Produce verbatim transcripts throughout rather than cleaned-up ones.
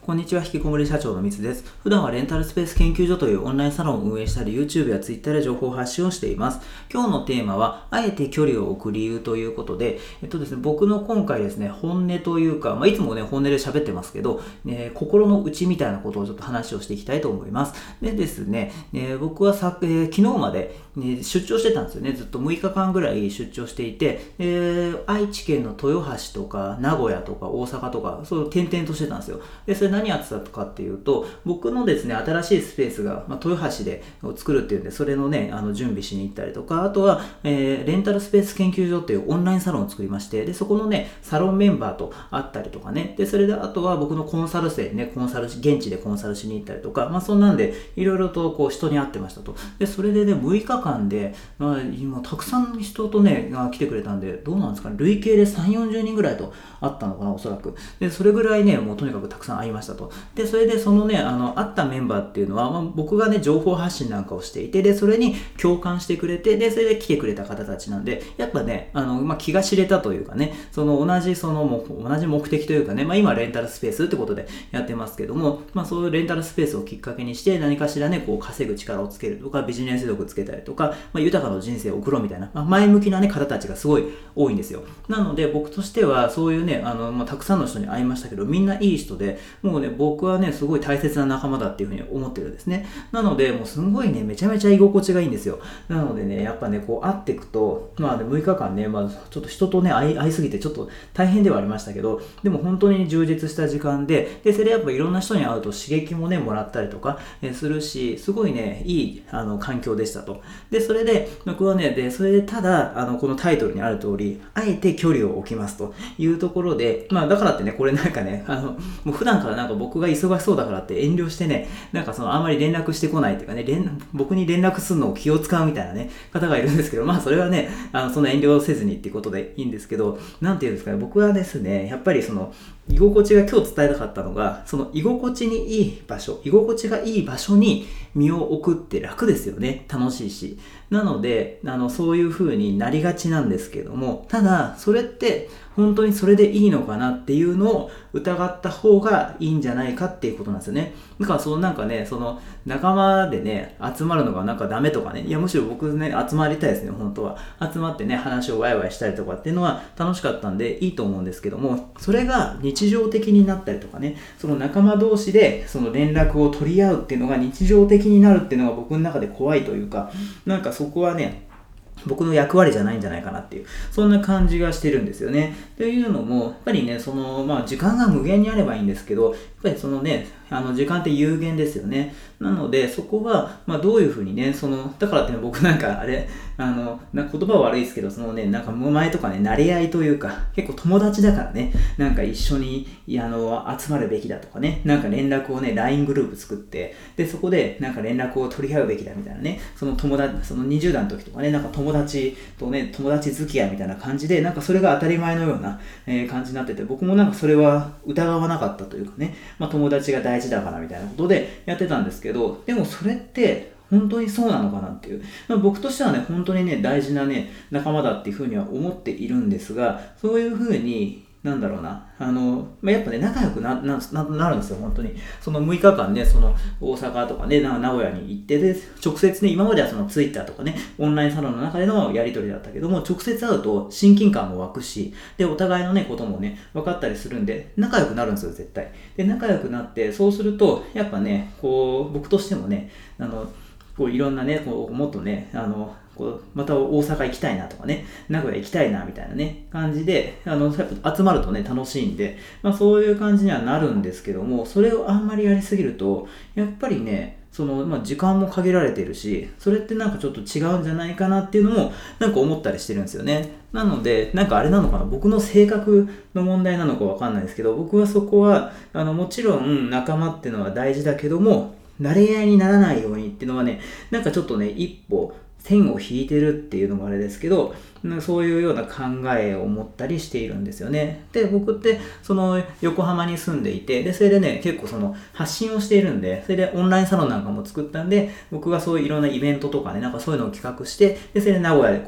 こんにちは、引きこもり社長のみつです。普段はレンタルスペース研究所というオンラインサロンを運営したり、YouTube や Twitter で情報発信をしています。今日のテーマは、あえて距離を置く理由ということで、えっとですね、僕の今回ですね、本音というか、まあ、いつもね、本音で喋ってますけど、ね、心の内みたいなことをちょっと話をしていきたいと思います。でですね、ね僕はさ、えー、昨日まで、ね、出張してたんですよね。ずっとむいかかんぐらい出張していて、えー、愛知県の豊橋とか、名古屋とか、大阪とか、そう転々としてたんですよ。で、それ何やってたかっていうと、僕のですね、新しいスペースが、まあ、豊橋で作るっていうんで、それのね、あの準備しに行ったりとか、あとは、えー、レンタルスペース研究所っていうオンラインサロンを作りまして、で、そこのね、サロンメンバーと会ったりとかね、で、それであとは僕のコンサル生ね、コンサルし、現地でコンサルしに行ったりとか、まあそんなんで、いろいろとこう人に会ってましたと。で、それでね、むいかかんで、まあ今たくさん人とね、が来てくれたんで、どうなんですかね、累計でさんじゅう、よんじゅうにんぐらいと会ったのかな、おそらく。で、それぐらいね、もうとにかくたくさん会いましたと。で、それでそのね、あの、会ったメンバーっていうのは、まあ、僕がね、情報発信なんかをしていて、で、それに共感してくれて、で、それで来てくれた方たちなんで、やっぱね、あの、まあ、気が知れたというかね、その同じ、その、もう同じ目的というかね、まあ、今レンタルスペースってことでやってますけども、まあ、そういうレンタルスペースをきっかけにして、何かしらね、こう、稼ぐ力をつけるとか、ビジネス力つけたりとか、まあ、豊かな人生を送ろうみたいな、まあ、前向きなね、方たちがすごい多いんですよ。なので、僕としては、そういうね、あの、まあ、たくさんの人に会いましたけど、みんないい人で、もうね、僕はね、すごい大切な仲間だっていうふうに思ってるんですね。なので、もうすごいね、めちゃめちゃ居心地がいいんですよ。なのでね、やっぱね、こう会っていくと、まあ、ね、むいかかんね、まあ、ちょっと人とね、会い、会いすぎてちょっと大変ではありましたけど、でも本当に充実した時間で、で、それでやっぱいろんな人に会うと刺激もね、もらったりとか、えするし、すごいね、いい、あの、環境でしたと。で、それで、僕はね、で、それでただ、あの、このタイトルにある通り、あえて距離を置きますというところで、まあ、だからってね、これなんかね、あの、もう普段からなんか僕が忙しそうだからって遠慮してね、なんかそのあんまり連絡してこないっていうかね、連僕に連絡するのを気を使うみたいなね、方がいるんですけど、まあそれはね、あのその遠慮せずにっていうことでいいんですけど、なんていうんですかね、僕はですね、やっぱりその居心地が今日伝えたかったのが、その居心地にいい場所、居心地がいい場所に身を置くって楽ですよね。楽しいし。なので、あの、そういう風になりがちなんですけども、ただ、それって、本当にそれでいいのかなっていうのを疑った方がいいんじゃないかっていうことなんですよね。だからそのなんかね、その仲間でね、集まるのがなんかダメとかね、いやむしろ僕ね、集まりたいですね、本当は。集まってね、話をワイワイしたりとかっていうのは楽しかったんでいいと思うんですけども、それが日常的になったりとかね、その仲間同士でその連絡を取り合うっていうのが日常的になるっていうのが僕の中で怖いというか、なんかそこはね、僕の役割じゃないんじゃないかなっていう、そんな感じがしてるんですよね。というのも、やっぱりね、その、まあ、時間が無限にあればいいんですけど、やっぱりそのね、あの、時間って有限ですよね。なので、そこは、まあ、どういうふうにね、その、だからってね、僕なんか、あれ、あの、な言葉は悪いですけど、そのね、なんか、前とかね、慣れ合いというか、結構友達だからね、なんか一緒に、あの、集まるべきだとかね、なんか連絡をね、ライン グループ作って、で、そこで、なんか連絡を取り合うべきだみたいなね、その友達、そのにじゅうだいの時とかね、なんか友達とね、友達付き合いみたいな感じで、なんかそれが当たり前のような、えー、感じになってて、僕もなんかそれは疑わなかったというかね、まあ友達が大事だからみたいなことでやってたんですけど、でもそれって本当にそうなのかなっていう、まあ、僕としてはね、本当にね、大事なね、仲間だっていうふうには思っているんですが、そういうふうに、なんだろうな、あの、まあ、やっぱね、仲良くな、な、な、なるんですよ、本当に。そのむいかかんね、その、大阪とかね、名古屋に行って、で、直接ね、今まではそのツイッターとかね、オンラインサロンの中でのやり取りだったけども、直接会うと親近感も湧くし、で、お互いのね、こともね、分かったりするんで、仲良くなるんですよ、絶対。で、仲良くなって、そうすると、やっぱね、こう、僕としてもね、あの、こういろんなね、こうもっとね、あの、こうまた大阪行きたいなとかね、名古屋行きたいなみたいなね、感じで、あの、やっぱ集まるとね、楽しいんで、まあそういう感じにはなるんですけども、それをあんまりやりすぎると、やっぱりね、その、まあ時間も限られてるし、それってなんかちょっと違うんじゃないかなっていうのも、なんか思ったりしてるんですよね。なので、なんかあれなのかな、僕の性格の問題なのかわかんないですけど、僕はそこは、あの、もちろん仲間っていうのは大事だけども、慣れ合いにならないようにっていうのはね、なんかちょっとね、一歩線を引いてるっていうのもあれですけど、そういうような考えを持ったりしているんですよね。で、僕ってその横浜に住んでいて、で、それでね、結構その発信をしているんで、それでオンラインサロンなんかも作ったんで、僕がそういういろんなイベントとかね、なんかそういうのを企画して、で、それで名古屋でこう、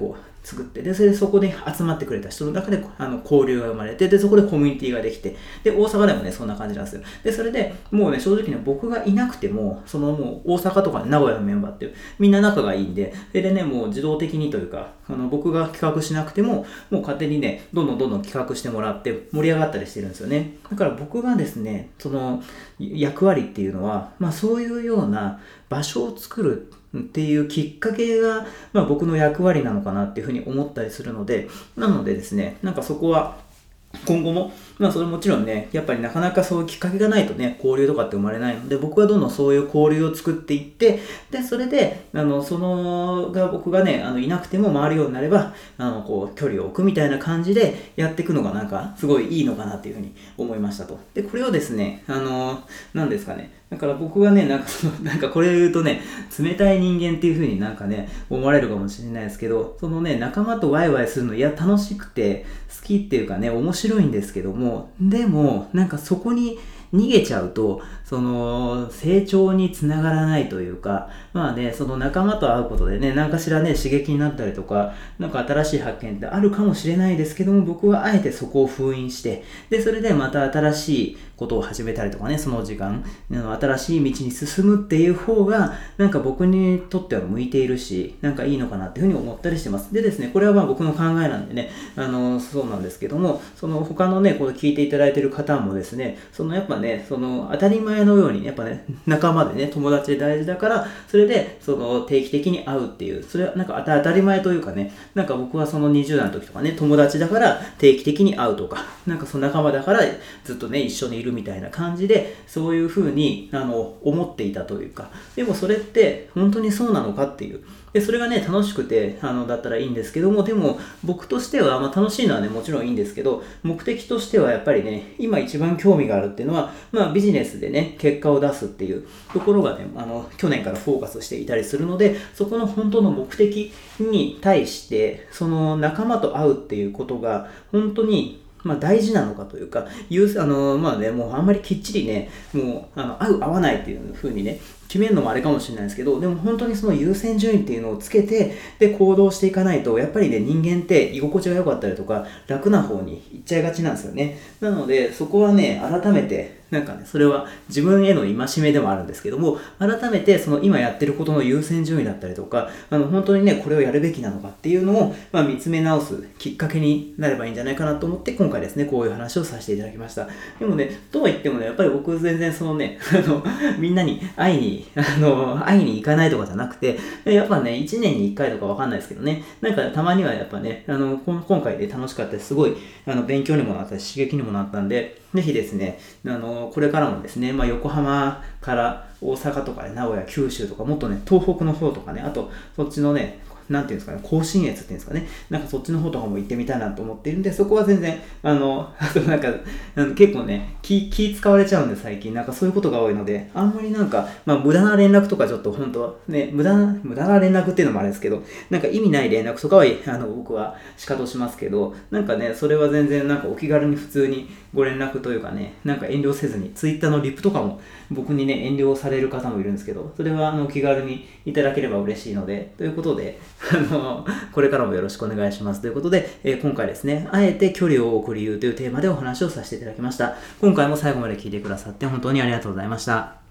作って、で、それでそこで集まってくれた人の中であの交流が生まれて、で、そこでコミュニティができて、で、大阪でもね、そんな感じなんですよ。で、それでもうね、正直ね、僕がいなくても、そのもう大阪とか名古屋のメンバーっていう、みんな仲がいいんで、それでね、もう自動的にというか、あの僕が企画しなくても、もう勝手にね、どんどんどんどん企画してもらって盛り上がったりしてるんですよね。だから僕がですね、その役割っていうのは、まあそういうような場所を作るっていうきっかけが、まあ、僕の役割なのかなっていうふうに思ったりするので、なのでですね、なんかそこは今後も、まあそれもちろんね、やっぱりなかなかそういうきっかけがないとね、交流とかって生まれないので、僕はどんどんそういう交流を作っていって、で、それで、あの、その、が僕がね、あの、いなくても回るようになれば、あの、こう、距離を置くみたいな感じでやっていくのがなんか、すごいいいのかなっていうふうに思いましたと。で、これをですね、あの、何ですかね、だから僕はね、なんかその、なんかこれ言うとね、冷たい人間っていう風になんかね、思われるかもしれないですけど、そのね、仲間とワイワイするの、いや、楽しくて、好きっていうかね、面白いんですけども、でも、なんかそこに逃げちゃうと、その、成長につながらないというか、まあね、その仲間と会うことでね、何かしらね、刺激になったりとか、なんか新しい発見ってあるかもしれないですけども、僕はあえてそこを封印して、で、それでまた新しいことを始めたりとかね、その時間、新しい道に進むっていう方が、なんか僕にとっては向いているし、なんかいいのかなっていうふうに思ったりしてます。でですね、これはまあ僕の考えなんでね、あの、そうなんですけども、その他のね、これ聞いていただいている方もですね、そのやっぱね、その当たり前のように、やっぱね、仲間でね、友達で大事だから、それで、その定期的に会うっていう、それはなんか当たり前というかね、なんか僕はそのにじゅう代の時とかね、友達だから定期的に会うとか、なんかその仲間だからずっとね、一緒にいるみたいな感じで、そういう風に、あの、思っていたというか、でもそれって本当にそうなのかっていう、で、それがね、楽しくて、あの、だったらいいんですけども、でも、僕としては、まあ、楽しいのはね、もちろんいいんですけど、目的としてはやっぱりね、今一番興味があるっていうのは、まあ、ビジネスでね、結果を出すっていうところがね、あの、去年からフォーカスしていたりするので、そこの本当の目的に対して、その仲間と会うっていうことが、本当に、まあ大事なのかというか、いうあのまあね、もうあんまりきっちりね、もうあの合う合わないっていう風にね、決めるのもあれかもしれないですけど、でも本当にその優先順位っていうのをつけて、で行動していかないと、やっぱりね、人間って居心地が良かったりとか、楽な方に行っちゃいがちなんですよね。なので、そこはね、改めて、なんかね、それは自分への戒めでもあるんですけども、改めてその今やってることの優先順位だったりとか、あの本当にね、これをやるべきなのかっていうのを、まあ、見つめ直すきっかけになればいいんじゃないかなと思って、今回ですね、こういう話をさせていただきました。でもね、とは言ってもね、やっぱり僕全然そのね、あの、みんなに会いに、あの、会いに行かないとかじゃなくて、やっぱね、いちねんにいっかいとかわかんないですけどね、なんかたまにはやっぱね、あの、今回で楽しかったし、すごい、あの、勉強にもなったし、刺激にもなったんで、ぜひですね、あの、これからもですね、まあ、横浜から大阪とかね、名古屋、九州とか、もっとね、東北の方とかね、あと、そっちのね、なんていうんですかね、甲信越っていうんですかね、なんかそっちの方とかも行ってみたいなと思っているんで、そこは全然、あの、あとなんか、あの結構ね、気、気使われちゃうんで最近、なんかそういうことが多いので、あんまりなんか、まあ無駄な連絡とかちょっと本当はね、無駄な、無駄な連絡っていうのもあれですけど、なんか意味ない連絡とかは、あの、僕は仕方しますけど、なんかね、それは全然なんかお気軽に普通にご連絡というかね、なんか遠慮せずに、ツイッターのリプとかも僕にね、遠慮される方もいるんですけど、それはあの気軽にいただければ嬉しいので、ということで、あの、これからもよろしくお願いします。ということで、えー、今回ですね、あえて距離を置く理由というテーマでお話をさせていただきました。今回も最後まで聞いてくださって本当にありがとうございました。